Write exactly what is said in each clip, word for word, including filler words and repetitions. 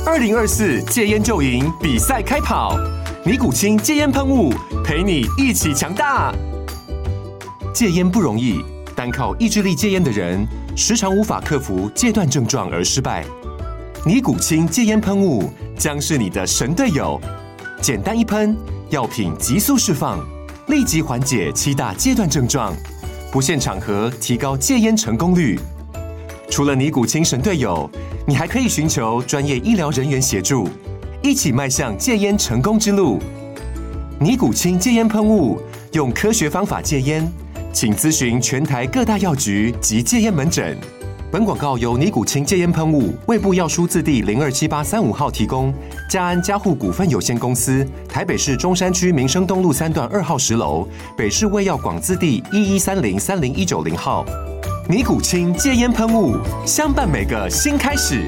二零二四戒烟就赢比赛开跑，尼古清戒烟喷雾陪你一起强大。戒烟不容易，单靠意志力戒烟的人，时常无法克服戒断症状而失败。尼古清戒烟喷雾将是你的神队友，简单一喷，药品急速释放，立即缓解七大戒断症状，不限场合提高戒烟成功率。除了尼古清神队友，你还可以寻求专业医疗人员协助，一起迈向戒烟成功之路。尼古清戒烟喷雾，用科学方法戒烟，请咨询全台各大药局及戒烟门诊。本广告由尼古清戒烟喷雾、卫部药书字第零二七八三五号提供，嘉安嘉护股份有限公司，台北市中山区民生东路三段二号十楼，北市卫药广字第一一三零三零一九零号。尼古清戒烟喷雾，相伴每个新开始。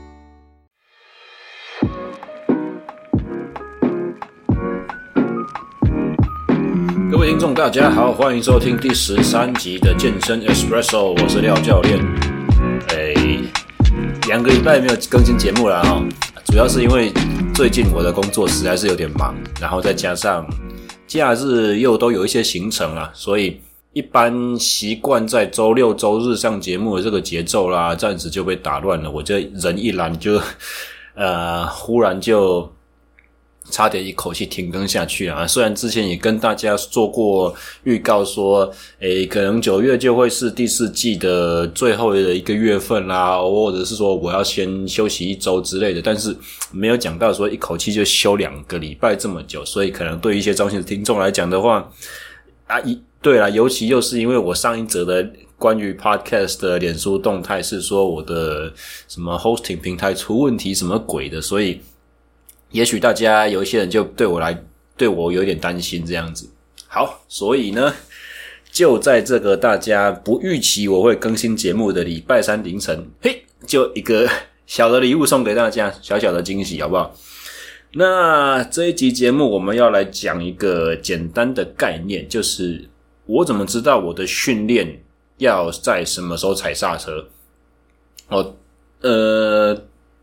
各位听众大家好，欢迎收听第十三集的健身 Espresso， 我是廖教练。诶，两个礼拜没有更新节目了哈，主要是因为最近我的工作实在是有点忙，然后再加上假日又都有一些行程啦，所以一般习惯在周六周日上节目的这个节奏啦，暂时就被打乱了。我这人一懒就呃忽然就差点一口气停更下去啊！虽然之前也跟大家做过预告说，诶，可能九月就会是第四季的最后的一个月份啦，或者是说我要先休息一周之类的，但是没有讲到说一口气就休两个礼拜这么久，所以可能对于一些忠心的听众来讲的话，啊，一对啦，尤其又是因为我上一则的关于 podcast 的脸书动态是说我的什么 hosting 平台出问题什么鬼的，所以也许大家有一些人就对我来对我有点担心这样子。好，所以呢就在这个大家不预期我会更新节目的礼拜三凌晨，嘿，就一个小的礼物送给大家，小小的惊喜好不好？那这一集节目我们要来讲一个简单的概念，就是我怎么知道我的训练要在什么时候踩刹车。哦，呃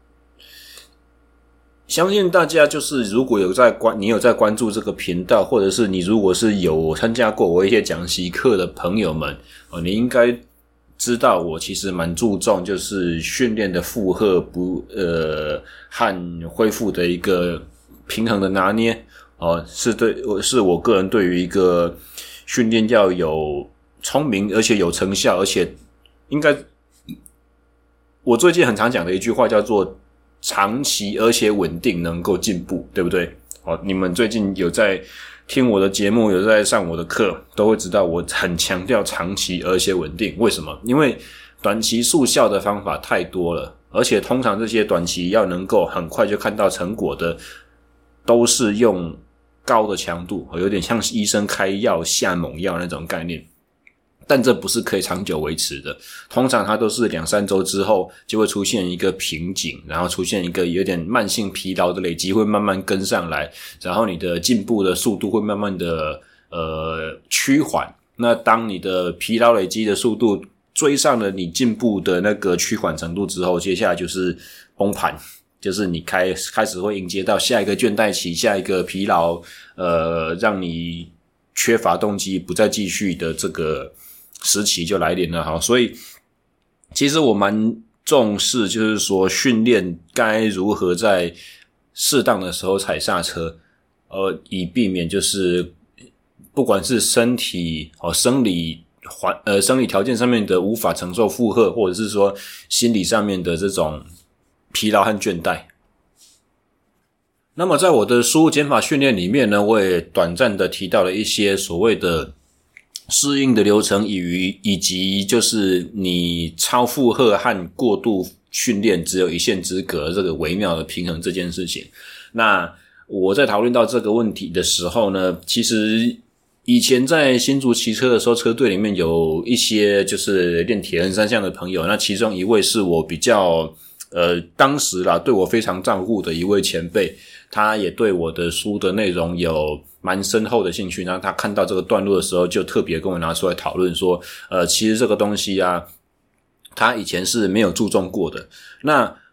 相信大家就是如果有在关你有在关注这个频道，或者是你如果是有参加过我一些讲习课的朋友们，哦，你应该知道我其实蛮注重就是训练的负荷不呃和恢复的一个平衡的拿捏哦，是对是我个人对于一个训练要有聪明而且有成效，而且应该我最近很常讲的一句话叫做长期而且稳定能够进步，对不对？哦，你们最近有在听我的节目，有在上我的课，都会知道我很强调长期而且稳定。为什么？因为短期速效的方法太多了，而且通常这些短期要能够很快就看到成果的，都是用高的强度，有点像医生开药下猛药那种概念。但这不是可以长久维持的，通常它都是两三周之后就会出现一个瓶颈，然后出现一个有点慢性疲劳的累积会慢慢跟上来，然后你的进步的速度会慢慢的呃趋缓。那当你的疲劳累积的速度追上了你进步的那个趋缓程度之后，接下来就是崩盘，就是你开开始会迎接到下一个倦怠期，下一个疲劳呃让你缺乏动机不再继续的这个时期就来临了哈。所以其实我蛮重视就是说训练该如何在适当的时候踩刹车，呃以避免就是不管是身体哦生理环呃生理条件上面的无法承受负荷，或者是说心理上面的这种疲劳和倦怠。那么在我的书减法训练里面呢，我也短暂的提到了一些所谓的适应的流程，以以及就是你超负荷和过度训练只有一线之隔这个微妙的平衡这件事情。那我在讨论到这个问题的时候呢，其实以前在新竹骑车的时候，车队里面有一些就是练铁人三项的朋友，那其中一位是我比较呃当时啦对我非常照顾的一位前辈，他也对我的书的内容有蛮深厚的兴趣，然后他看到这个段落的时候就特别跟我拿出来讨论说呃其实这个东西啊他以前是没有注重过的。那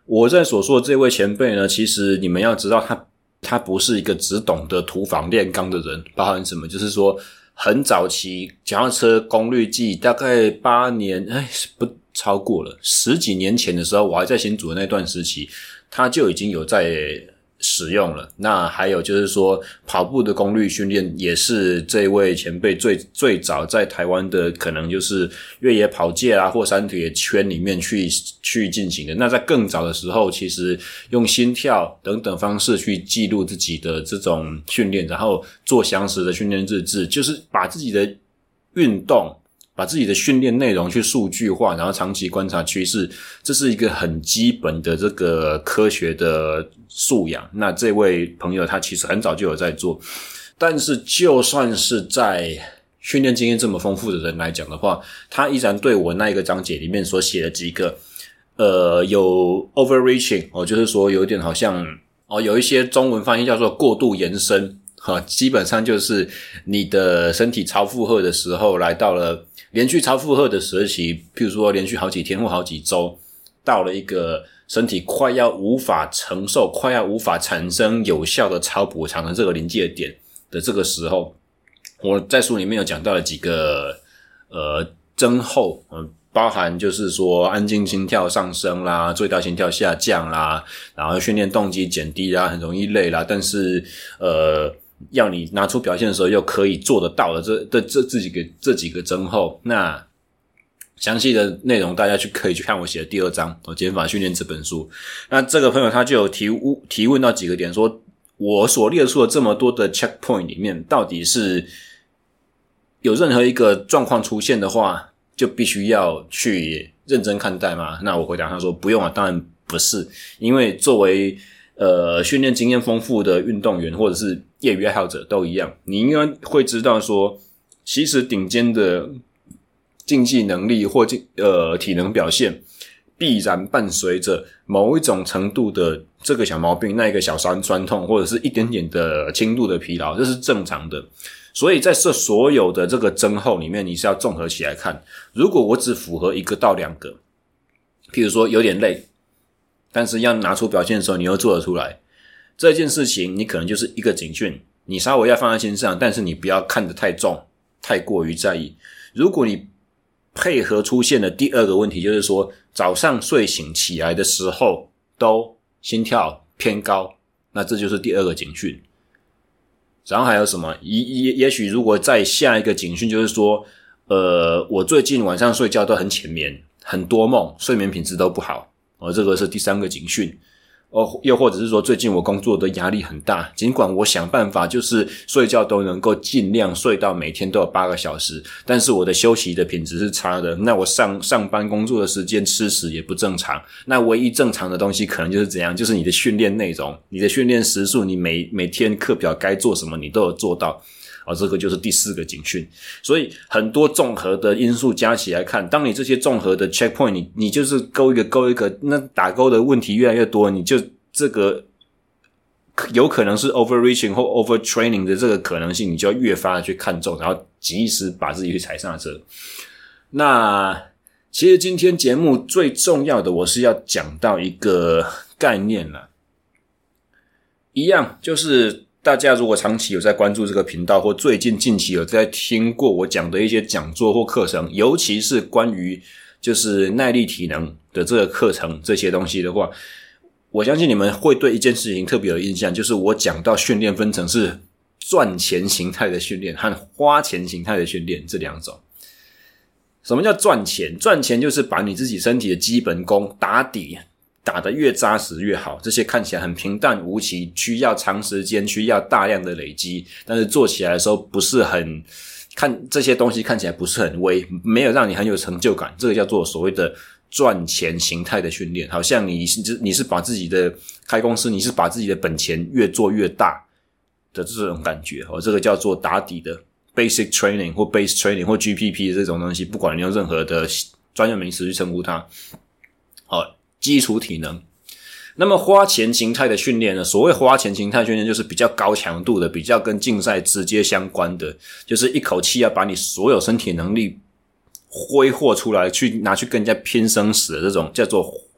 我在所说的这位前辈呢，其实你们要知道他他不是一个只懂得土法炼钢的人，包含什么就是说很早期脚踏车功率计大概八年哎不超过了十几年前的时候，我还在新竹的那段时期他就已经有在使用了。那还有就是说跑步的功率训练也是这位前辈最最早在台湾的可能就是越野跑界啊或山铁圈里面去去进行的。那在更早的时候其实用心跳等等方式去记录自己的这种训练，然后做详实的训练日志，就是把自己的运动把自己的训练内容去数据化，然后长期观察趋势，这是一个很基本的这个科学的素养。那这位朋友他其实很早就有在做，但是就算是在训练经验这么丰富的人来讲的话，他依然对我那一个章节里面所写的几个呃有 overreaching 哦，就是说有点好像哦有一些中文翻译叫做过度延伸，哈，基本上就是你的身体超负荷的时候来到了连续超负荷的时期，譬如说连续好几天或好几周，到了一个身体快要无法承受快要无法产生有效的超补偿的这个临界点的这个时候，我在书里面有讲到了几个呃征候，嗯，包含就是说安静心跳上升啦，最大心跳下降啦，然后训练动机减低啦，很容易累啦，但是呃要你拿出表现的时候又可以做得到的这这这这几个这几个征候。那详细的内容大家去可以去看我写的第二章《减法训练》这本书。那这个朋友他就有提提问到几个点，说我所列出的这么多的 checkpoint 里面，到底是有任何一个状况出现的话，就必须要去认真看待吗？那我回答他说不用啊，当然不是，因为作为呃训练经验丰富的运动员或者是业余爱好者都一样，你应该会知道说，其实顶尖的竞技能力或呃体能表现必然伴随着某一种程度的这个小毛病，那一个小酸酸痛，或者是一点点的轻度的疲劳，这是正常的。所以在这所有的这个征候里面，你是要综合起来看。如果我只符合一个到两个，譬如说有点累，但是要拿出表现的时候你又做得出来，这件事情你可能就是一个警讯，你稍微要放在心上，但是你不要看得太重，太过于在意。如果你配合出现的第二个问题，就是说早上睡醒起来的时候都心跳偏高，那这就是第二个警讯。然后还有什么？也也许如果再下一个警讯，就是说呃，我最近晚上睡觉都很浅眠，很多梦，睡眠品质都不好，哦，这个是第三个警讯。哦，又或者是说最近我工作的压力很大，尽管我想办法就是睡觉都能够尽量睡到每天都有八个小时，但是我的休息的品质是差的，那我上上班工作的时间吃食也不正常，那唯一正常的东西可能就是怎样，就是你的训练内容，你的训练时数，你每每天课表该做什么你都有做到，哦，这个就是第四个警讯。所以很多综合的因素加起来看，当你这些综合的 checkpoint 你你就是勾一个勾一个，那打勾的问题越来越多，你就这个有可能是 overreaching 或 overtraining 的这个可能性，你就要越发的去看重，然后及时把自己去踩刹车。那其实今天节目最重要的，我是要讲到一个概念啦，一样就是大家如果长期有在关注这个频道，或最近近期有在听过我讲的一些讲座或课程，尤其是关于就是耐力体能的这个课程这些东西的话，我相信你们会对一件事情特别有印象，就是我讲到训练分成是赚钱形态的训练和花钱形态的训练这两种。什么叫赚钱？赚钱就是把你自己身体的基本功打底打得越扎实越好，这些看起来很平淡无奇，需要长时间，需要大量的累积，但是做起来的时候不是很看这些东西看起来不是很微，没有让你很有成就感，这个叫做所谓的赚钱形态的训练。好像你是你是把自己的开公司，你是把自己的本钱越做越大的这种感觉，哦，这个叫做打底的 basic training 或 base training 或 G P P 的这种东西，不管你用任何的专业名词去称呼它，好，基础体能。那么花钱形态的训练呢，所谓花钱形态训练就是比较高强度的，比较跟竞赛直接相关的，就是一口气要把你所有身体能力挥霍出来，去拿去跟人家拼生死的这种叫做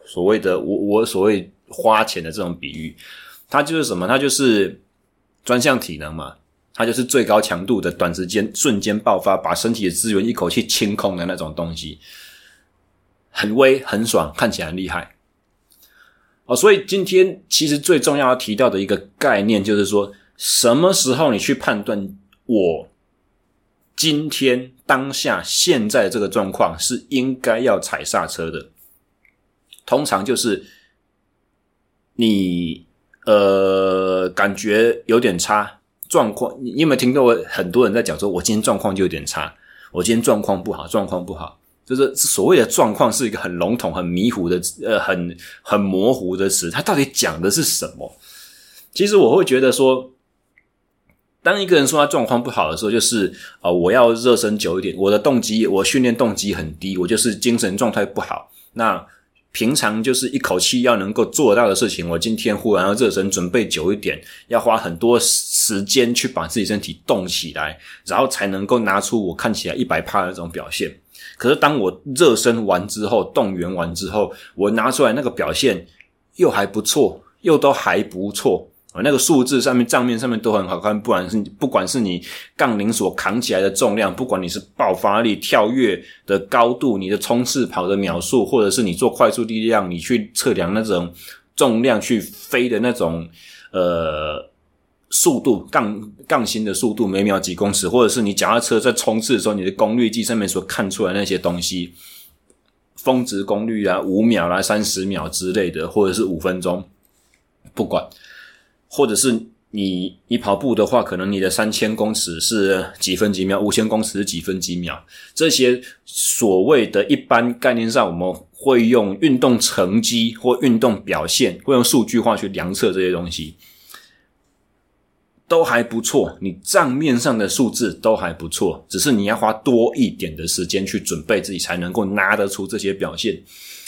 所谓的我我所谓花钱的这种比喻，它就是什么？它就是专项体能嘛，它就是最高强度的短时间瞬间爆发，把身体的资源一口气清空的那种东西，很威很爽，看起来很厉害。哦，所以今天其实最重要要提到的一个概念就是说，什么时候你去判断我今天当下现在的这个状况是应该要踩刹车的，通常就是你呃感觉有点差状况，你有没有听到很多人在讲说我今天状况就有点差，我今天状况不好状况不好，就是所谓的状况是一个很笼统很迷糊的呃很很模糊的词，它到底讲的是什么？其实我会觉得说，当一个人说他状况不好的时候，就是呃，我要热身久一点，我的动机，我训练动机很低，我就是精神状态不好。那平常就是一口气要能够做到的事情，我今天忽然要热身准备久一点，要花很多时间去把自己身体动起来，然后才能够拿出我看起来 百分之百 的那种表现。可是当我热身完之后，动员完之后，我拿出来那个表现又还不错，又都还不错。那个数字上面账面上面都很好看，不管是不管是你杠铃所扛起来的重量，不管你是爆发力跳跃的高度，你的冲刺跑的秒数，或者是你做快速力量，你去测量那种重量去飞的那种呃速度，杠杠芯的速度每秒几公尺，或者是你脚踏车在冲刺的时候你的功率计上面所看出来那些东西，峰值功率啊五秒啦三十秒之类的，或者是五分钟，不管，或者是你你跑步的话，可能你的三千公尺是几分几秒，五千公尺是几分几秒，这些所谓的一般概念上我们会用运动成绩或运动表现，会用数据化去量测这些东西，都还不错，你账面上的数字都还不错，只是你要花多一点的时间去准备自己才能够拿得出这些表现。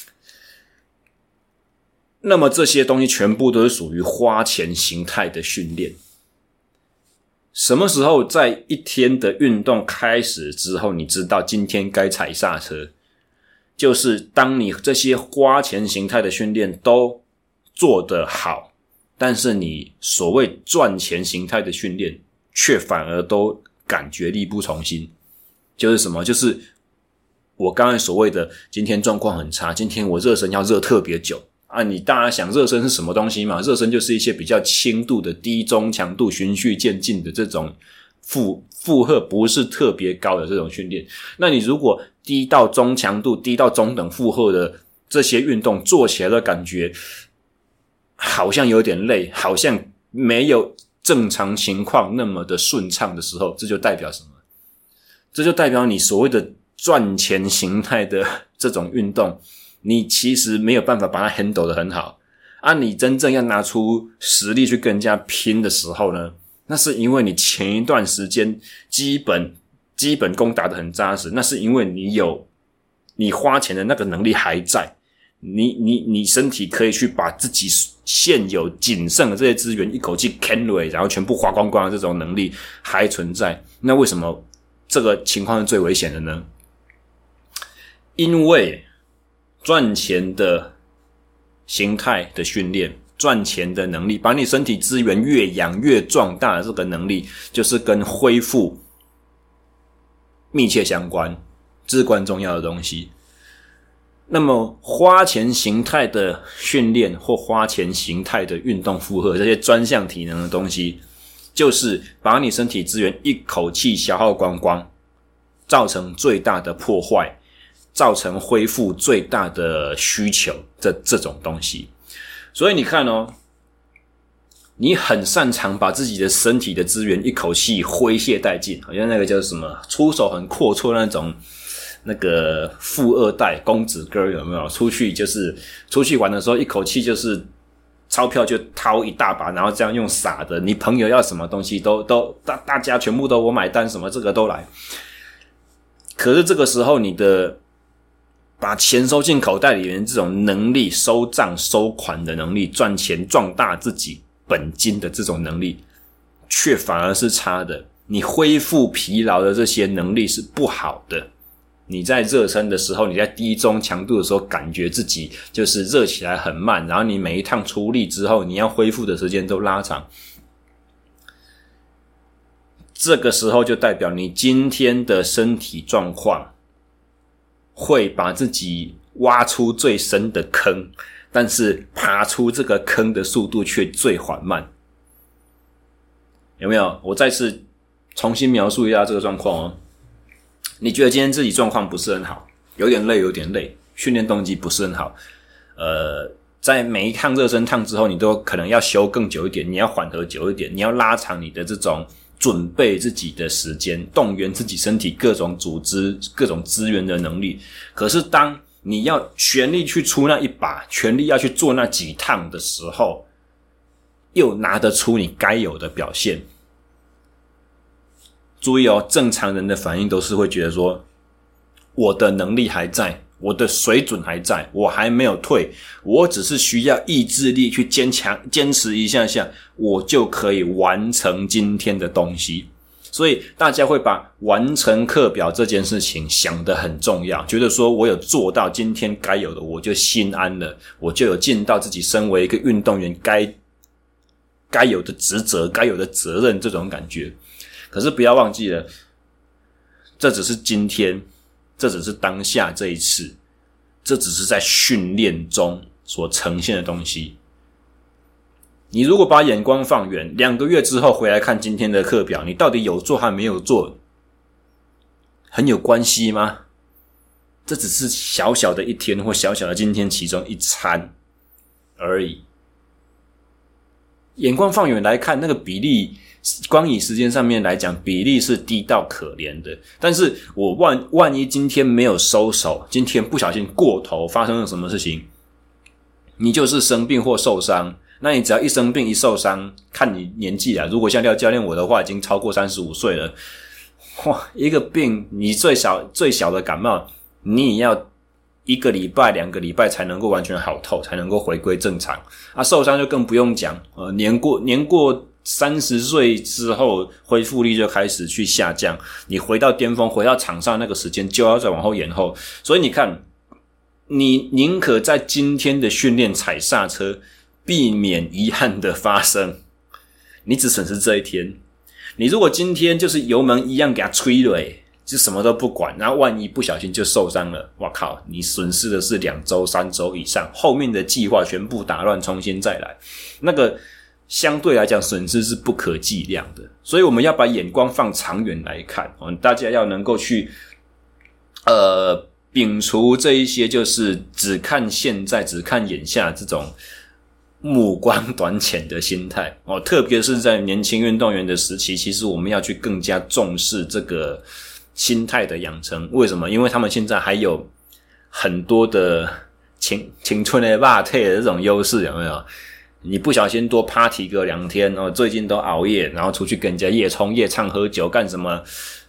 那么这些东西全部都是属于花钱形态的训练。什么时候在一天的运动开始之后，你知道今天该踩刹车？就是当你这些花钱形态的训练都做得好，但是你所谓赚钱形态的训练却反而都感觉力不从心。就是什么？就是我刚才所谓的今天状况很差，今天我热身要热特别久啊！你大家想热身是什么东西嘛？热身就是一些比较轻度的低中强度循序渐进的这种负负荷不是特别高的这种训练。那你如果低到中强度低到中等负荷的这些运动做起来的感觉好像有点累，好像没有正常情况那么的顺畅的时候，这就代表什么？这就代表你所谓的赚钱形态的这种运动，你其实没有办法把它 handle 得很好啊！你真正要拿出实力去跟人家拼的时候呢，那是因为你前一段时间基本基本功打得很扎实，那是因为你有你花钱的那个能力还在，你你你身体可以去把自己现有仅剩的这些资源一口气 can away， 然后全部花光光的这种能力还存在。那为什么这个情况是最危险的呢？因为赚钱的形态的训练，赚钱的能力，把你身体资源越养越壮大的这个能力，就是跟恢复密切相关，至关重要的东西。那么花钱形态的训练或花钱形态的运动负荷，这些专项体能的东西，就是把你身体资源一口气消耗光光，造成最大的破坏，造成恢复最大的需求的这种东西。所以你看哦，你很擅长把自己的身体的资源一口气挥泄殆尽，好像那个叫什么出手很阔绰那种那个富二代公子哥，有没有？出去就是出去玩的时候一口气就是钞票就掏一大把，然后这样用撒的，你朋友要什么东西都都大大家全部都我买单，什么这个都来。可是这个时候你的把钱收进口袋里面这种能力，收账收款的能力，赚钱壮大自己本金的这种能力却反而是差的，你恢复疲劳的这些能力是不好的， 你在热身的时候，你在低中强度的时候，感觉自己就是热起来很慢，然后你每一趟出力之后，你要恢复的时间都拉长。这个时候就代表你今天的身体状况会把自己挖出最深的坑，但是爬出这个坑的速度却最缓慢。有没有？我再次重新描述一下这个状况哦。你觉得今天自己状况不是很好，有点累有点累，训练动机不是很好，呃在每一趟热身趟之后，你都可能要休更久一点，你要缓和久一点，你要拉长你的这种准备自己的时间，动员自己身体各种组织各种资源的能力。可是当你要全力去出那一把，全力要去做那几趟的时候，又拿得出你该有的表现。注意哦，正常人的反应都是会觉得说，我的能力还在，我的水准还在，我还没有退，我只是需要意志力去坚强坚持一下下，我就可以完成今天的东西。所以大家会把完成课表这件事情想得很重要，觉得说我有做到今天该有的，我就心安了，我就有尽到自己身为一个运动员该该有的职责，该有的责任，这种感觉。可是不要忘记了，这只是今天，这只是当下这一次，这只是在训练中所呈现的东西。你如果把眼光放远，两个月之后回来看今天的课表，你到底有做还没有做，很有关系吗？这只是小小的一天或小小的今天其中一餐而已。眼光放远来看，那个比例光以时间上面来讲，比例是低到可怜的。但是我万万一今天没有收手，今天不小心过头，发生了什么事情，你就是生病或受伤。那你只要一生病一受伤，看你年纪啊，如果像廖教练我的话，已经超过三十五岁了，哇，一个病，你最小最小的感冒，你也要一个礼拜两个礼拜才能够完全好透，才能够回归正常啊。受伤就更不用讲，呃，年过年过三十岁之后，恢复力就开始去下降，你回到巅峰，回到场上那个时间就要再往后延后。所以你看，你宁可在今天的训练踩刹车，避免遗憾的发生，你只损失这一天。你如果今天就是油门一样给它吹了，就什么都不管，然后万一不小心就受伤了，哇靠，你损失的是两周三周以上，后面的计划全部打乱，重新再来，那个相对来讲损失是不可计量的。所以我们要把眼光放长远来看，大家要能够去呃摒除这一些就是只看现在只看眼下这种目光短浅的心态哦，特别是在年轻运动员的时期，其实我们要去更加重视这个心态的养成。为什么？因为他们现在还有很多的青青春的肉体的这种优势，有没有？你不小心多 party 个两天哦，最近都熬夜，然后出去跟人家夜冲夜唱喝酒干什么？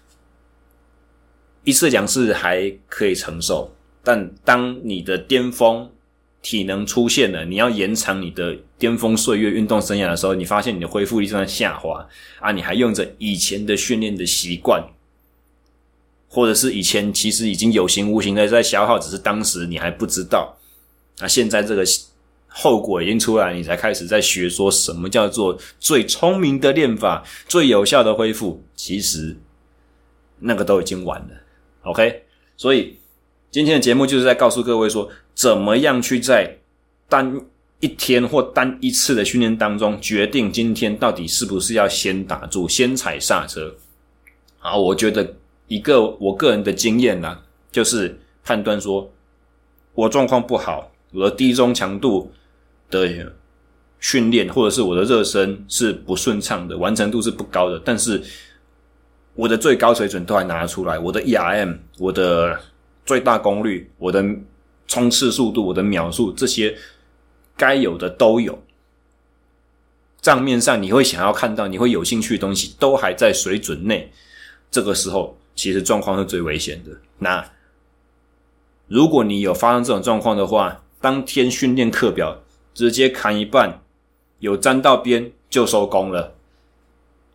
一次两次还可以承受，但当你的巅峰体能出现了，你要延长你的巅峰岁月运动生涯的时候，你发现你的恢复力正在下滑啊！你还用着以前的训练的习惯，或者是以前其实已经有形无形的在消耗，只是当时你还不知道。那现在这个后果已经出来，你才开始在学说什么叫做最聪明的练法，最有效的恢复。其实那个都已经晚了。OK， 所以今天的节目就是在告诉各位说，怎么样去在单一天或单一次的训练当中决定今天到底是不是要先打住，先踩刹车。好，我觉得一个我个人的经验啦，就是判断说我状况不好，我的低中强度的训练或者是我的热身是不顺畅的，完成度是不高的，但是我的最高水准都还拿得出来，我的 E R M， 我的最大功率，我的冲刺速度，我的秒数，这些该有的都有。账面上你会想要看到，你会有兴趣的东西都还在水准内，这个时候其实状况是最危险的。那如果你有发生这种状况的话，当天训练课表直接砍一半，有沾到边就收工了。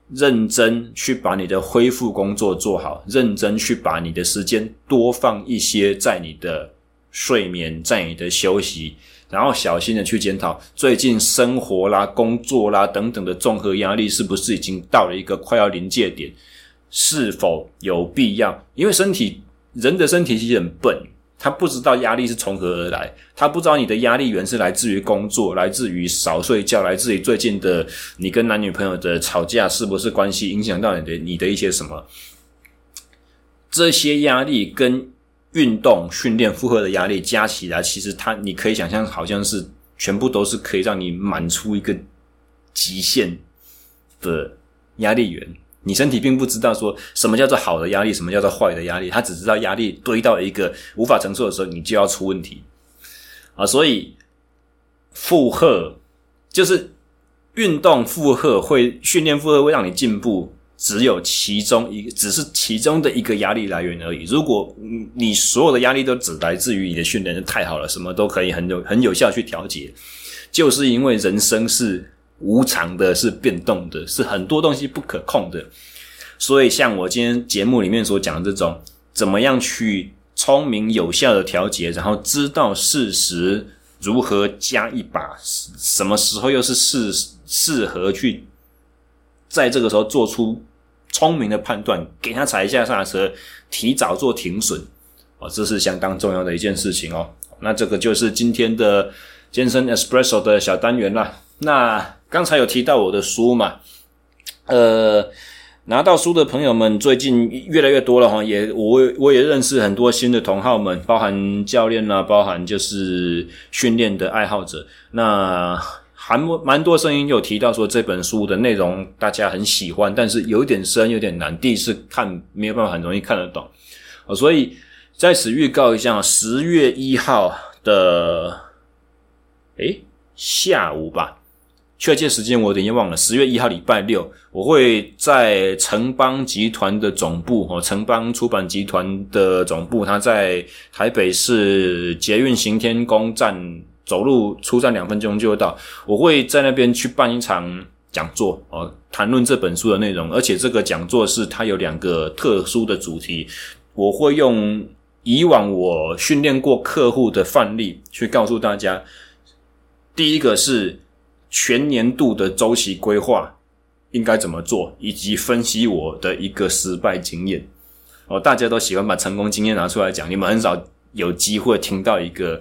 认真去把你的恢复工作做好，认真去把你的时间多放一些在你的睡眠，在你的休息，然后小心的去检讨最近生活啦、工作啦等等的综合压力是不是已经到了一个快要临界点，是否有必要？因为身体人的身体其实很笨，他不知道压力是从何而来，他不知道你的压力源是来自于工作，来自于少睡觉，来自于最近的你跟男女朋友的吵架，是不是关系影响到你的你的一些什么？这些压力跟运动训练负荷的压力加起来，其实它你可以想象好像是全部都是可以让你满出一个极限的压力源。你身体并不知道说什么叫做好的压力，什么叫做坏的压力，它只知道压力堆到一个无法承受的时候，你就要出问题啊！所以负荷就是运动负荷会训练负荷会让你进步，只有其中一个，只是其中的一个压力来源而已。如果你所有的压力都只来自于你的训练，就太好了，什么都可以很有很有效去调节。就是因为人生是无常的，是变动的，是很多东西不可控的，所以像我今天节目里面所讲的这种怎么样去聪明有效的调节，然后知道适时如何加一把，什么时候又是适适合去在这个时候做出聪明的判断，给他踩一下刹车，提早做停损哦，这是相当重要的一件事情哦。那这个就是今天的健身 Espresso 的小单元啦。那刚才有提到我的书嘛，呃，拿到书的朋友们最近越来越多了哈，也我我也认识很多新的同好们，包含教练啦，包含就是训练的爱好者。那还蛮多声音有提到说这本书的内容大家很喜欢，但是有点深有点难，第一次看没有办法很容易看得懂，哦，所以在此预告一下，十月一号的诶下午吧，确切时间我有点忘了，十月一号礼拜六，我会在城邦集团的总部哦，城邦出版集团的总部，它在台北市捷运行天宫站，走路出站两分钟就到。我会在那边去办一场讲座哦，谈论这本书的内容，而且这个讲座是它有两个特殊的主题，我会用以往我训练过客户的范例去告诉大家。第一个是全年度的周期规划应该怎么做，以及分析我的一个失败经验。哦，大家都喜欢把成功经验拿出来讲，你们很少有机会听到一个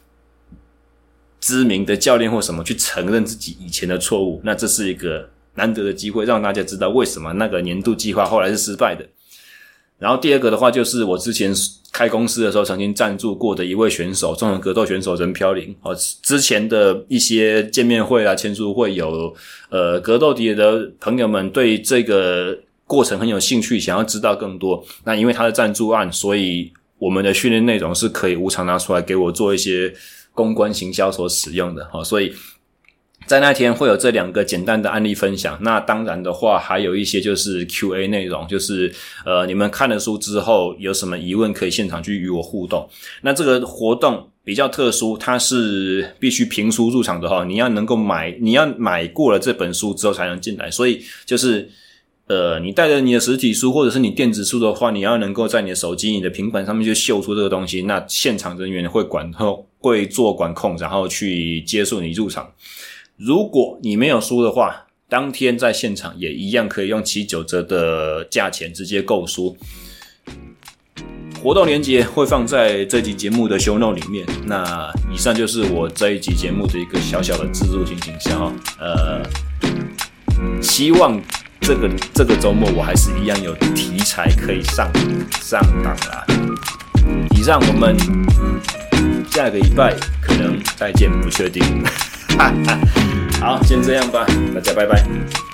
知名的教练或什么去承认自己以前的错误，那这是一个难得的机会，让大家知道为什么那个年度计划后来是失败的。然后第二个的话，就是我之前开公司的时候曾经赞助过的一位选手，综合格斗选手任飘零。哦，之前的一些见面会啊、签书会有呃格斗底的朋友们对这个过程很有兴趣，想要知道更多。那因为他的赞助案，所以我们的训练内容是可以无偿拿出来给我做一些公关行销所使用的。哦，所以在那天会有这两个简单的案例分享，那当然的话还有一些就是 Q A 内容，就是呃你们看了书之后有什么疑问可以现场去与我互动。那这个活动比较特殊，它是必须凭书入场的话，你要能够买你要买过了这本书之后才能进来，所以就是呃你带着你的实体书或者是你电子书的话，你要能够在你的手机、你的平板上面就秀出这个东西，那现场人员会管控会做管控，然后去接受你入场。如果你没有书的话，当天在现场也一样可以用七九折的价钱直接购书。活动连结会放在这集节目的 show note 里面。那以上就是我这一集节目的一个小小的置入性形象哦。呃，希望这个这个周末我还是一样有题材可以上上档啦。以上我们下个礼拜可能再见，不确定。好，先这样吧，大家拜拜。